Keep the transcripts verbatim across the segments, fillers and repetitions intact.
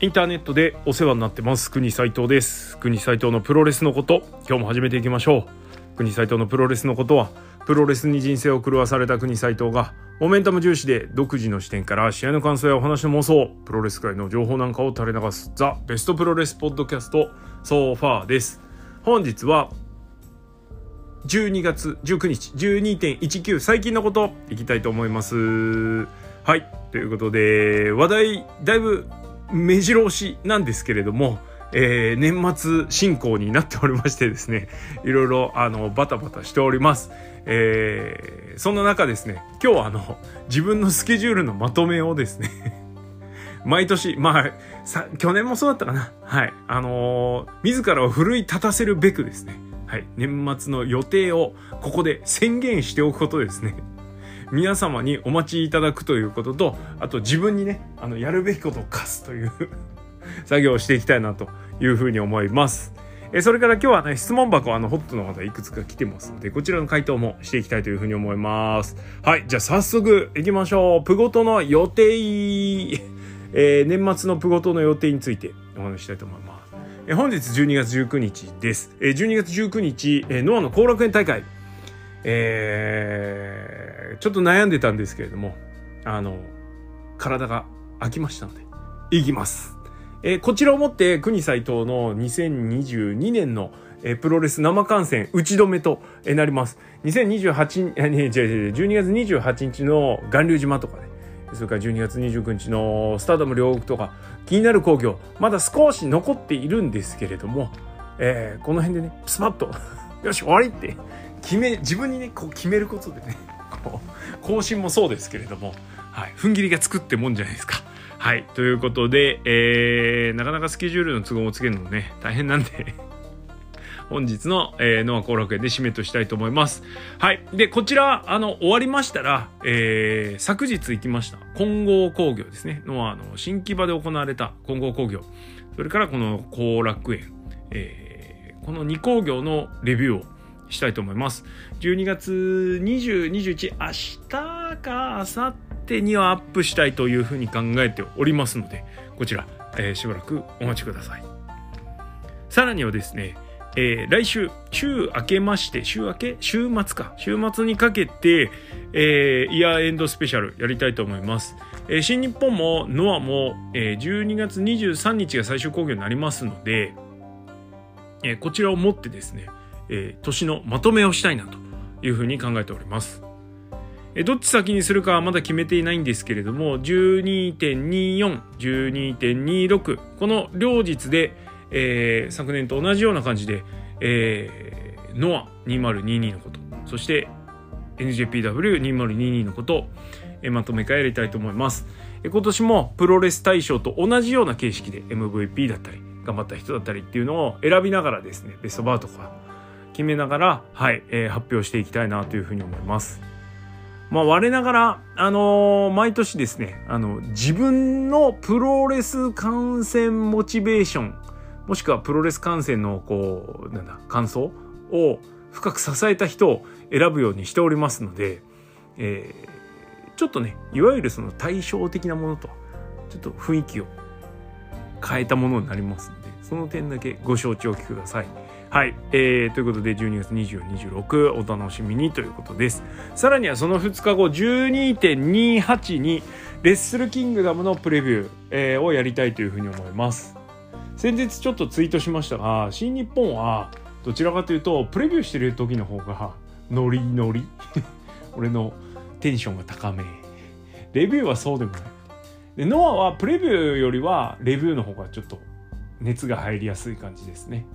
インターネットでお世話になってます国斉藤です。国斉藤のプロレスのこと、今日も始めていきましょう。国斉藤のプロレスのことは、プロレスに人生を狂わされた国斉藤がモメンタム重視で独自の視点から試合の感想やお話の妄想、プロレス界の情報なんかを垂れ流すザ・ベストプロレスポッドキャストソーファーです。本日はじゅうにがつじゅうくにち じゅうにてんいちきゅう 最近のこといきたいと思います。はい、ということで話題だいぶ目白押しなんですけれども、えー、年末進行になっておりましてですね、いろいろあのバタバタしております。えー、そんな中ですね、今日はあの自分のスケジュールのまとめをですね毎年、まあさ去年もそうだったかな、はい、あのー、自らを奮い立たせるべくですね、はい、年末の予定をここで宣言しておくことですね、皆様にお待ちいただくということと、あと自分にね、あのやるべきことを課すという作業をしていきたいなというふうに思います。えそれから今日はね、質問箱、あのホットの方いくつか来てますので、こちらの回答もしていきたいというふうに思います。はい、じゃあ早速いきましょう。プゴトの予定、えー、年末のプゴトの予定についてお話ししたいと思います。え本日じゅうにがつじゅうくにちです。えじゅうにがつじゅうくにち、えノアの後楽園大会、えー、ちょっと悩んでたんですけれども、あの体が空きましたので行きます。えー、こちらをもって国斉藤のにせんにじゅうにねんの、えー、プロレス生観戦打ち止めと、えー、なります。にせんにじゅうはち、えー、じゃじゃじゅうにがつにじゅうはちにちの巌流島とかね、それからじゅうにがつにじゅうくにちのスターダム両国とか、気になる興行まだ少し残っているんですけれども、えー、この辺でねスパッとよし終わりって決め、自分にねこう決めることでね、こう更新もそうですけれども、はい、踏ん切りがつくってもんじゃないですか。はい、ということで、えー、なかなかスケジュールの都合をつけるのもね大変なんで本日の、えー、ノア後楽園で締めとしたいと思います。はい、でこちらあの終わりましたら、えー、昨日行きました金剛工業ですね、ノアの新木場で行われた金剛工業、それからこの後楽園、えー、このに工業のレビューをしたいと思います。じゅうにがつにじゅう、にじゅういち、明日か明後日にはアップしたいというふうに考えておりますので、こちら、えー、しばらくお待ちください。さらにはですね、えー、来週週明けまして週明け週末か週末にかけて、えー、イヤーエンドスペシャルやりたいと思います。えー、新日本もノアも、えー、じゅうにがつにじゅうさんにちが最終興行になりますので、えー、こちらをもってですね、えー、年のまとめをしたいなというふうに考えております。えー、どっち先にするかはまだ決めていないんですけれども、 じゅうにてんにじゅうよん、じゅうにてんにじゅうろく この両日で、えー、昨年と同じような感じで、えー、ノアにせんにじゅうにのこと、そして エヌジェーピーダブリューにせんにじゅうにのことを、えー、まとめ会やりたいと思います。えー、今年もプロレス大賞と同じような形式で エムブイピー だったり頑張った人だったりっていうのを選びながらですね、ベストバウとか決めながら、はい、えー、発表していきたいなというふうに思います。まあ、我ながら、あのー、毎年ですね、あの自分のプロレス観戦モチベーション、もしくはプロレス観戦のこうなんだ感想を深く支えた人を選ぶようにしておりますので、えー、ちょっとね、いわゆるその対照的なものとちょっと雰囲気を変えたものになりますので、その点だけご承知おきください。はい、えー、ということでじゅうにがつにじゅう、にじゅうろくお楽しみにということです。さらにはそのふつかご じゅうにてんにじゅうはち にレッスルキングダムのプレビュー、えー、をやりたいというふうに思います。先日ちょっとツイートしましたが、新日本はどちらかというとプレビューしてる時の方がノリノリ俺のテンションが高め、レビューはそうでもないで、ノアはプレビューよりはレビューの方がちょっと熱が入りやすい感じですね。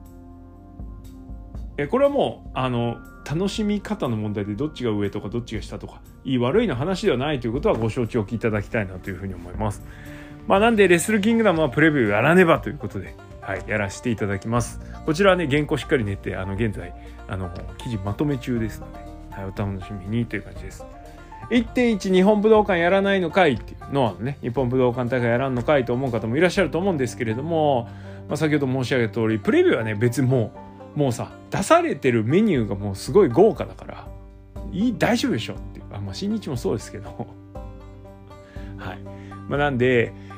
これはもうあの楽しみ方の問題で、どっちが上とかどっちが下とかいい悪いの話ではないということはご承知おきいただきたいなというふうに思います。まあ、なんでレッスルキングダムはプレビューやらねばということで、はい、やらせていただきます。こちらはね、原稿しっかり練って、あの現在あの記事まとめ中ですので、はい、お楽しみにという感じです。いってんいち 日本武道館やらないのかいっていうのはね、日本武道館大会やらんのかいと思う方もいらっしゃると思うんですけれども、まあ、先ほど申し上げた通り、プレビューはね、別にもうもうさ、出されてるメニューがもうすごい豪華だからいい大丈夫でしょっていう、あ、まあ新日もそうですけどはい、まあ、なんで、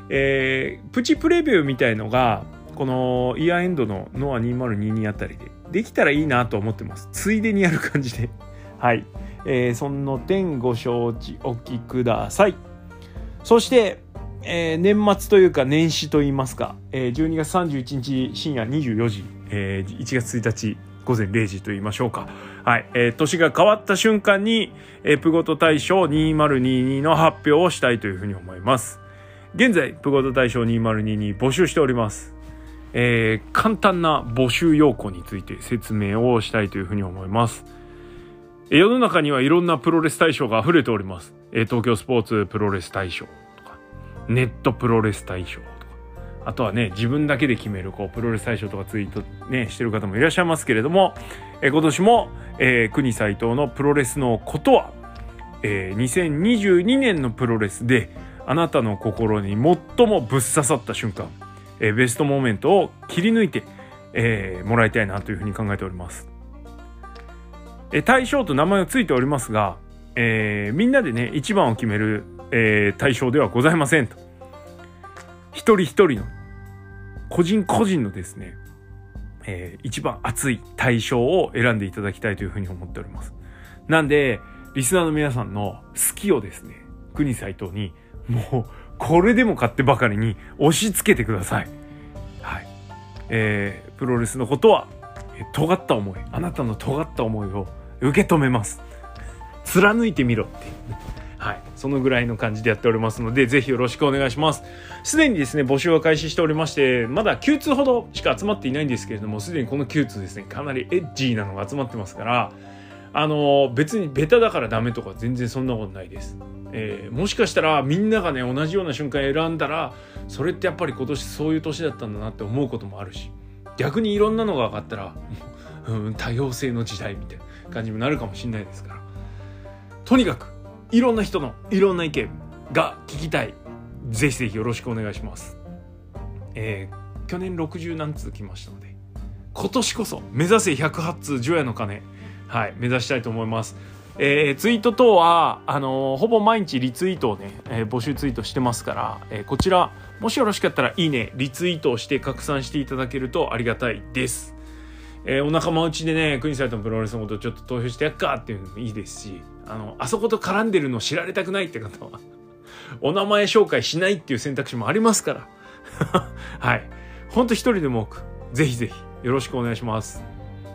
えー、プチプレビューみたいのがこのイヤーエンドのノアにせんにじゅうにあたりでできたらいいなと思ってます。ついでにやる感じではい、えー、その点ご承知おきください。そして、えー、年末というか年始といいますか、えー、じゅうにがつさんじゅういちにち深夜にじゅうよじ、えー、いちがつついたちごぜんれいじと言いましょうか。はい、えー、年が変わった瞬間に、えー、プゴト大賞にせんにじゅうにの発表をしたいというふうに思います。現在プゴト大賞にせんにじゅうに募集しております。えー、簡単な募集要項について説明をしたいというふうに思います。世の中にはいろんなプロレス大賞が溢れております。えー、東京スポーツプロレス大賞とかネットプロレス大賞とか、あとはね自分だけで決めるこうプロレス大賞とかツイートねしてる方もいらっしゃいますけれども、えー、今年も、えー、国斉藤のプロレスのことは、えー、にせんにじゅうにねんのプロレスであなたの心に最もぶっ刺さった瞬間、えー、ベストモーメントを切り抜いて、えー、もらいたいなというふうに考えております。えー、大賞と名前がついておりますが、えー、みんなでね一番を決める、えー、大賞ではございませんと。一人一人の個人個人のですね、えー、一番熱い大賞を選んでいただきたいというふうに思っております。なんでリスナーの皆さんの好きをですね国斉藤にもうこれでもかってばかりに押し付けてください。はい、えー、プロレスのことは尖った思い、あなたの尖った思いを受け止めます。貫いてみろってはい、そのぐらいの感じでやっておりますので、ぜひよろしくお願いします。すでにですね募集は開始しておりまして、まだきゅうつうほどしか集まっていないんですけれども、すでにこのきゅうつうですねかなりエッジーなのが集まってますから、あの別にベタだからダメとか全然そんなことないです。えー、もしかしたらみんながね同じような瞬間選んだら、それってやっぱり今年そういう年だったんだなって思うこともあるし、逆にいろんなのが分かったらうん多様性の時代みたいな感じになるかもしれないですから、とにかくいろんな人のいろんな意見が聞きたい。ぜひぜひよろしくお願いします。えー、去年ろくじゅうなんつう来ましたので、今年こそ目指せひゃくはちつう除夜の鐘、はい目指したいと思います。えー、ツイート等はあのー、ほぼ毎日リツイートをね、えー、募集ツイートしてますから、えー、こちらもしよろしかったらいいねリツイートをして拡散していただけるとありがたいです。えー、お仲間内でね国斉藤のプロレスのことをちょっと投票してやっかっていうのもいいですし、あのあそこと絡んでるの知られたくないって方はお名前紹介しないっていう選択肢もありますからはいほんと一人でも多くぜひぜひよろしくお願いします。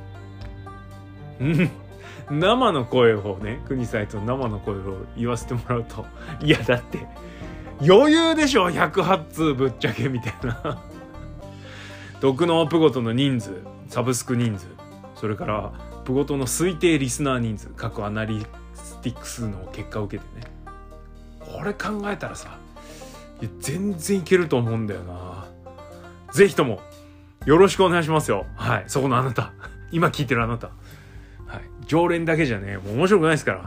うん生の声をね国斉藤の生の声を言わせてもらうと、いやだって余裕でしょひゃくはちつうぶっちゃけみたいな毒のプゴトの人数、サブスク人数、それからプゴトの推定リスナー人数、各アナリスティックスの結果を受けてね、これ考えたらさいや全然いけると思うんだよな。ぜひともよろしくお願いしますよ。はい、そこのあなた今聞いてるあなた、はい、常連だけじゃねもう面白くないですから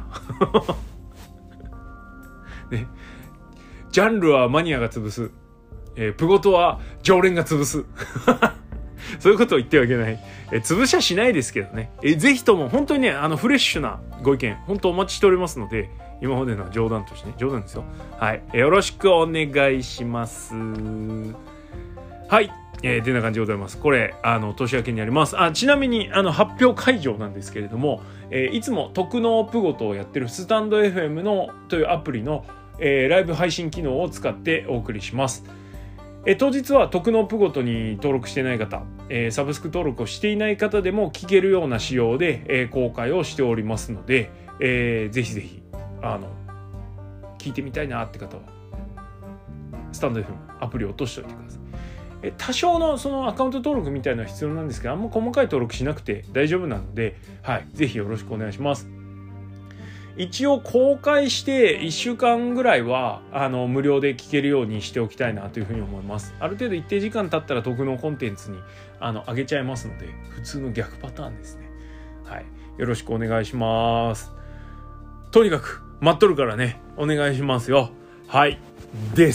ね、ジャンルはマニアが潰す、えー、プゴトは常連が潰すそういうことを言ってはいけない、えー、潰しはしないですけどね、えー、ぜひとも本当にねあのフレッシュなご意見本当お待ちしておりますので、今までの冗談としてね冗談ですよ、はい、えー、よろしくお願いします。はい、えー、てな感じでございます。これあの年明けにあります。あちなみにあの発表会場なんですけれども、えー、いつも特納プゴトをやってるスタンド エフエム のというアプリの、えー、ライブ配信機能を使ってお送りします。えー、当日は特納プゴトに登録していない方、えー、サブスク登録をしていない方でも聞けるような仕様で、えー、公開をしておりますので、えー、ぜひぜひあの聞いてみたいなって方はスタンド エフエム アプリを落としておいてください。え多少のそのアカウント登録みたいなのは必要なんですけど、あんま細かい登録しなくて大丈夫なので、はい、ぜひよろしくお願いします。一応公開していっしゅうかんぐらいはあの無料で聞けるようにしておきたいなというふうに思います。ある程度一定時間経ったら特納コンテンツにあの上げちゃいますので、普通の逆パターンですね。はい、よろしくお願いします。とにかく待っとるからねお願いしますよ。はいです。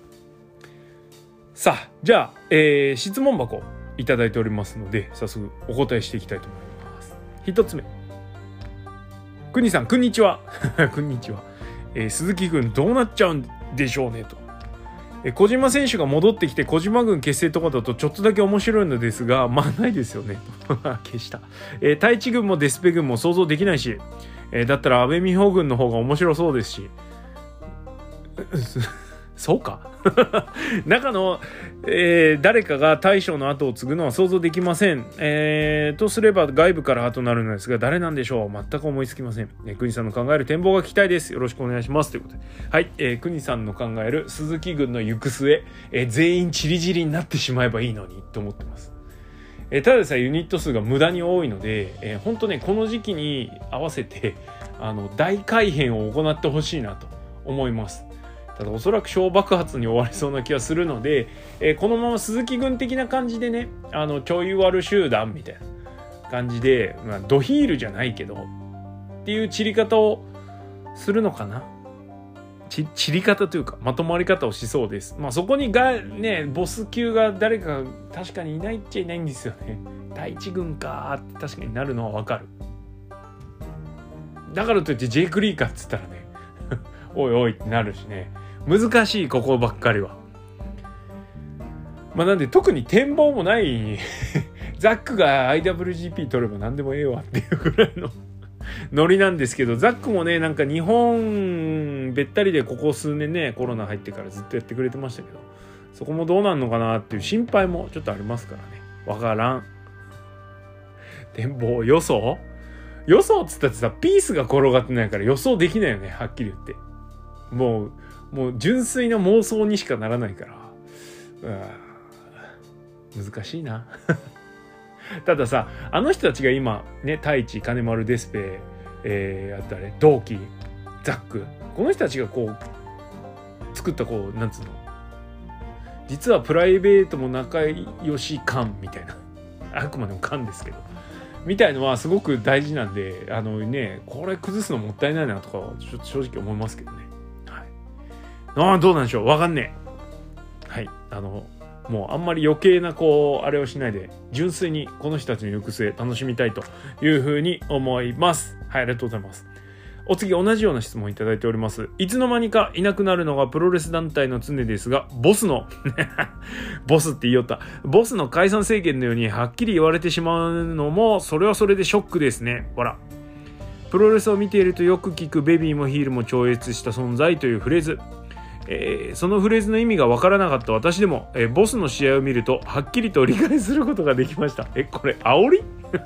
さあじゃあ、えー、質問箱いただいておりますので早速お答えしていきたいと思います。一つ目、くにさんこんにちはこんにちは、えー、鈴木くんどうなっちゃうんでしょうねと。 え小島選手が戻ってきて小島軍結成とかだとちょっとだけ面白いのですが、まあないですよね。消した。えー、太一軍もデスペ軍も想像できないし、えー、だったら安倍美穂軍の方が面白そうですし。そうか中の、えー、誰かが大将の後を継ぐのは想像できません、えー、とすれば外部から後なるのですが誰なんでしょう。全く思いつきません、えー、国さんの考える展望が聞きたいです。よろしくお願いしますということで、はい、えー、国さんの考える鈴木軍の行く末、えー、全員チリチリになってしまえばいいのにと思ってます。えー、ただでさえユニット数が無駄に多いので、えー、本当ねこの時期に合わせてあの大改編を行ってほしいなと思います。ただおそらく小爆発に終わりそうな気がするので、えー、このまま鈴木軍的な感じでね、あのちょい悪集団みたいな感じで、まあ、ドヒールじゃないけどっていう散り方をするのかな。ち散り方というかまとまり方をしそうです。まあそこにがねボス級が誰か確かにいないっちゃいないんですよね。第一軍かーって確かになるのはわかる。だからといってジェイク・リーかっつったらねおいおいってなるしね、難しいここばっかりは。まあなんで特に展望もないザックが アイダブリュージーピー 取れば何でもええわっていうぐらいのノリなんですけど、ザックもねなんか日本べったりでここ数年ねコロナ入ってからずっとやってくれてましたけど、そこもどうなんのかなっていう心配もちょっとありますからね。わからん。展望予想予想っつったってさピースが転がってないから予想できないよね、はっきり言って。もうもう純粋な妄想にしかならないから、うわ難しいなたださあの人たちが今ね太一、金丸、デスペ、えー、あとあれ同期、ザック、この人たちがこう作ったこうなんつうの、実はプライベートも仲良し感みたいなあくまでも感ですけどみたいのはすごく大事なんで、あのねこれ崩すのもったいないなとかはちょっと正直思いますけどね。ああどうなんでしょう、わかんねえ。はい、あのもうあんまり余計なこうあれをしないで純粋にこの人たちの行く末楽しみたいというふうに思います。はい、ありがとうございます。お次同じような質問いただいております。いつの間にかいなくなるのがプロレス団体の常ですが、ボスのボスって言いよったボスの解散宣言のようにはっきり言われてしまうのもそれはそれでショックですね。ほらプロレスを見ているとよく聞くベビーもヒールも超越した存在というフレーズ、えー、そのフレーズの意味がわからなかった私でも、えー、ボスの試合を見るとはっきりと理解することができました。えこれ煽り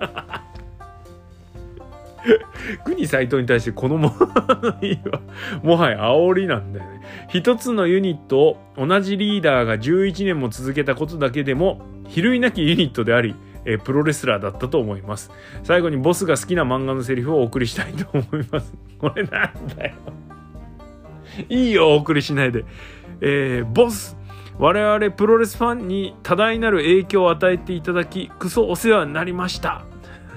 国斎藤に対してこのももはや煽りなんだよね。一つのユニットを同じリーダーがじゅういちねんも続けたことだけでも比類なきユニットであり、えー、プロレスラーだったと思います。最後にボスが好きな漫画のセリフをお送りしたいと思います。これなんだよいいよお送りしないで、えー、ボス我々プロレスファンに多大なる影響を与えていただきクソお世話になりました。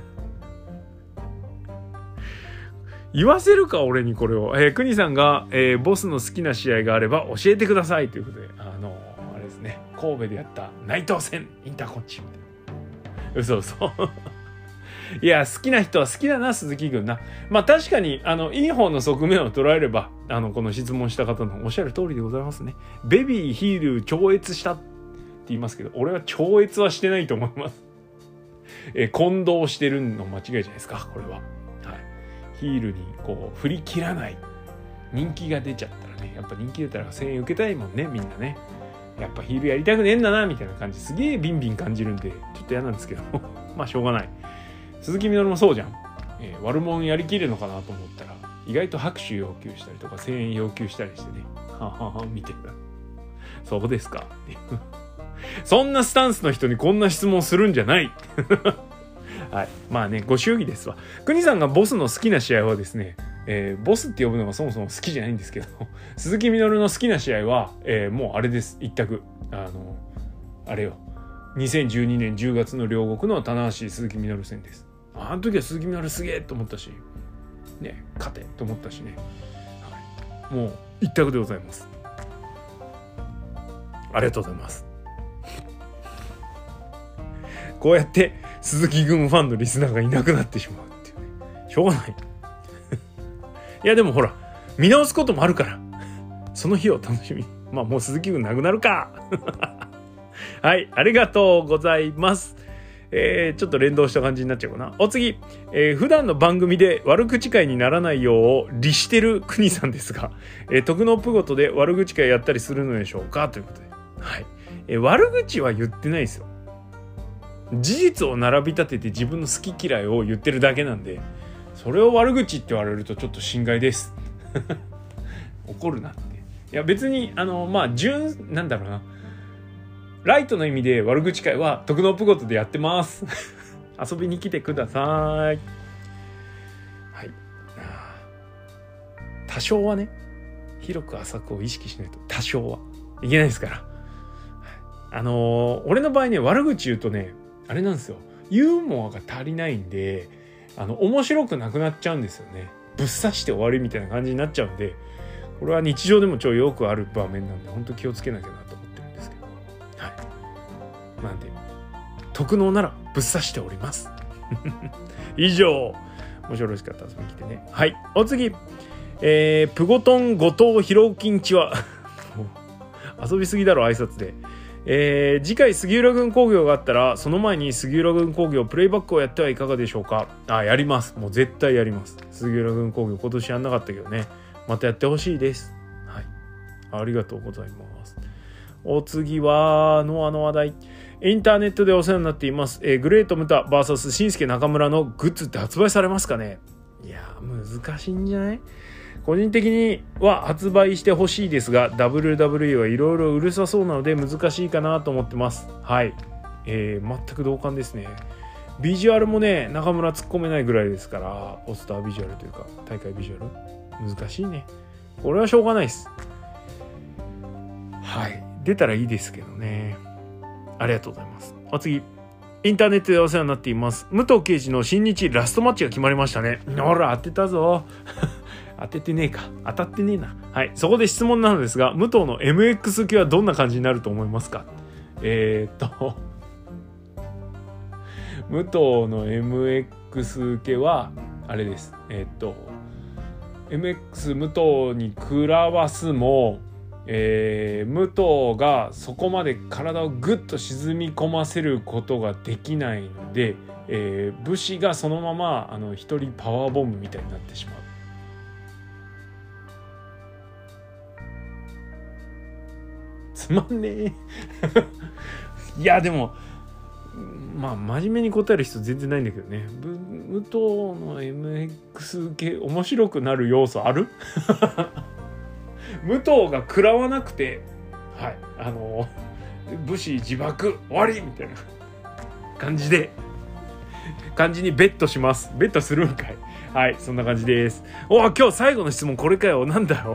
言わせるか俺にこれを、えー、国さんが、えー、ボスの好きな試合があれば教えてくださいということで、あのー、あれですね神戸でやった内藤戦インターコンチみたいな嘘嘘いや好きな人は好きだな鈴木軍な。まあ確かにあのいい方の側面を捉えればあのこの質問した方のおっしゃる通りでございますね。ベビーヒール超越したって言いますけど俺は超越はしてないと思います。えー、混同してるの間違いじゃないですかこれは。はい、ヒールにこう振り切らない人気が出ちゃったらね、やっぱ人気出たら声援受けたいもんねみんなね。やっぱヒールやりたくねえんだなみたいな感じすげえビンビン感じるんでちょっと嫌なんですけどまあしょうがない。鈴木みのるもそうじゃん、えー、悪者やりきるのかなと思ったら意外と拍手要求したりとか声援要求したりしてねはははみたいなそうですかっていうそんなスタンスの人にこんな質問するんじゃないはい、まあねご祝儀ですわ。国さんがボスの好きな試合はですね、えー、ボスって呼ぶのがそもそも好きじゃないんですけど鈴木みのるの好きな試合は、えー、もうあれです一択あのあれよにせんじゅうにねんじゅうがつの両国の棚橋鈴木みのる戦です。あの時は鈴木みのるすげえと思ったしね勝てと思ったしね、はい、もう一択でございます。ありがとうございます。こうやって鈴木軍ファンのリスナーがいなくなってしまうっていうね、しょうがないいやでもほら見直すこともあるからその日を楽しみにまあもう鈴木くんなくなるかはい、ありがとうございます。えー、ちょっと連動した感じになっちゃうかな。お次、えー、普段の番組で悪口会にならないよう律してる国さんですが、えー、徳のプゴトで悪口会やったりするのでしょうかということで、はい、えー、悪口は言ってないですよ。事実を並び立てて自分の好き嫌いを言ってるだけなんで、それを悪口って言われるとちょっと心外です怒るなって。いや別にあのまあ純なんだろうな、ライトの意味で悪口会は徳のプゴトでやってます遊びに来てください。はい、多少はね、広く浅くを意識しないと多少はいけないですから。あのー、俺の場合ね、悪口言うとね、あれなんですよ、ユーモアが足りないんで、あの面白くなくなっちゃうんですよね。ぶっ刺して終わりみたいな感じになっちゃうんで、これは日常でも超よくある場面なんで、本当気をつけなきゃなと思ってるんですけど、はい、なんで特能ならぶっ刺しております以上、もしよろしかったら遊びに来てね。はい、お次、えー、プゴトン後藤ひろうきんちは遊びすぎだろ挨拶で。えー、次回杉浦軍工業があったら、その前に杉浦軍工業プレイバックをやってはいかがでしょうか。あ、やります。もう絶対やります。杉浦軍工業今年やんなかったけどね、またやってほしいです。はい、ありがとうございます。お次はノアの話題。インターネットでお世話になっています、えー、グレートムタ ブイエス 新助中村のグッズって発売されますかね。いや難しいんじゃない。個人的には発売してほしいですが ダブリューダブリューイー はいろいろうるさそうなので難しいかなと思ってます。はい、えー、全く同感ですね。ビジュアルもね、中村突っ込めないぐらいですから、ポスタービジュアルというか大会ビジュアル難しいね。これはしょうがないです。はい、出たらいいですけどね。ありがとうございます。お次、インターネットでお世話になっています。武藤敬司の新日ラストマッチが決まりましたね。ほら当てたぞ当ててねえか、当たってねえな。はい、そこで質問なのですが、武藤の エムエックス 系はどんな感じになると思いますか。えー、っと武藤の エムエックス 系はあれです。えー、っと エムエックス 武藤に食らわすも、えー、武藤がそこまで体をグッと沈み込ませることができないので、えー、武士がそのままあの一人パワーボムみたいになってしまう。つまんねえいやでもまあ真面目に答える人全然ないんだけどね。武藤の エムエックス 系面白くなる要素ある武藤が食らわなくて、はい、あの武士自爆終わりみたいな感じで感じにベットします。ベットするんかい。はい、そんな感じです。お、今日最後の質問これかよ。なんだよ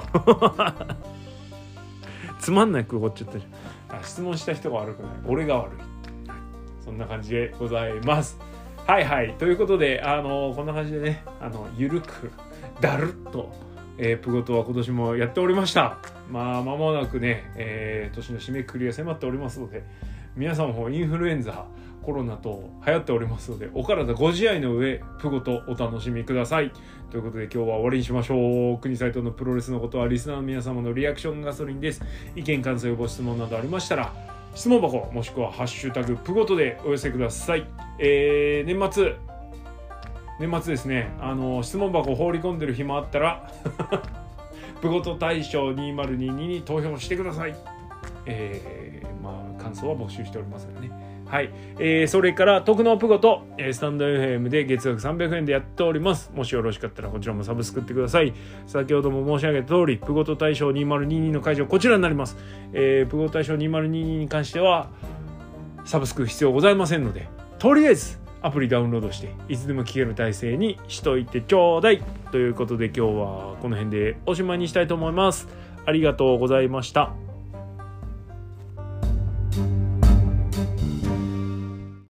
つまんなく終わっちゃったじゃん。あ、質問した人が悪くない、俺が悪い。そんな感じでございます。はいはい、ということで、あのこんな感じでね、あのゆるくだるっと、えー、プゴトは今年もやっておりました。まあ間もなくね、えー、年の締めくくりが迫っておりますので、皆さんもインフルエンザコロナと流行っておりますので、お体ご自愛の上プゴトお楽しみください。ということで今日は終わりにしましょう。国サイトのプロレスのことはリスナーの皆様のリアクションガソリンです。意見感想ご質問などありましたら質問箱もしくはハッシュタグプゴトでお寄せください。えー、年末年末ですね、あの質問箱放り込んでる暇あったらプゴト大賞にせんにじゅうにに投票してください。えー、まあ感想は募集しておりますのでね。はい、えー、それから徳のプゴト、えー、スタンド エフエム で月額さんびゃくえんでやっております。もしよろしかったらこちらもサブスクってください。先ほども申し上げた通り、プゴト大賞にせんにじゅうにの会場こちらになります。えー、プゴト大賞にせんにじゅうにに関してはサブスク必要ございませんので、とりあえずアプリダウンロードしていつでも聴ける体制にしといてちょうだいということで、今日はこの辺でおしまいにしたいと思います。ありがとうございました。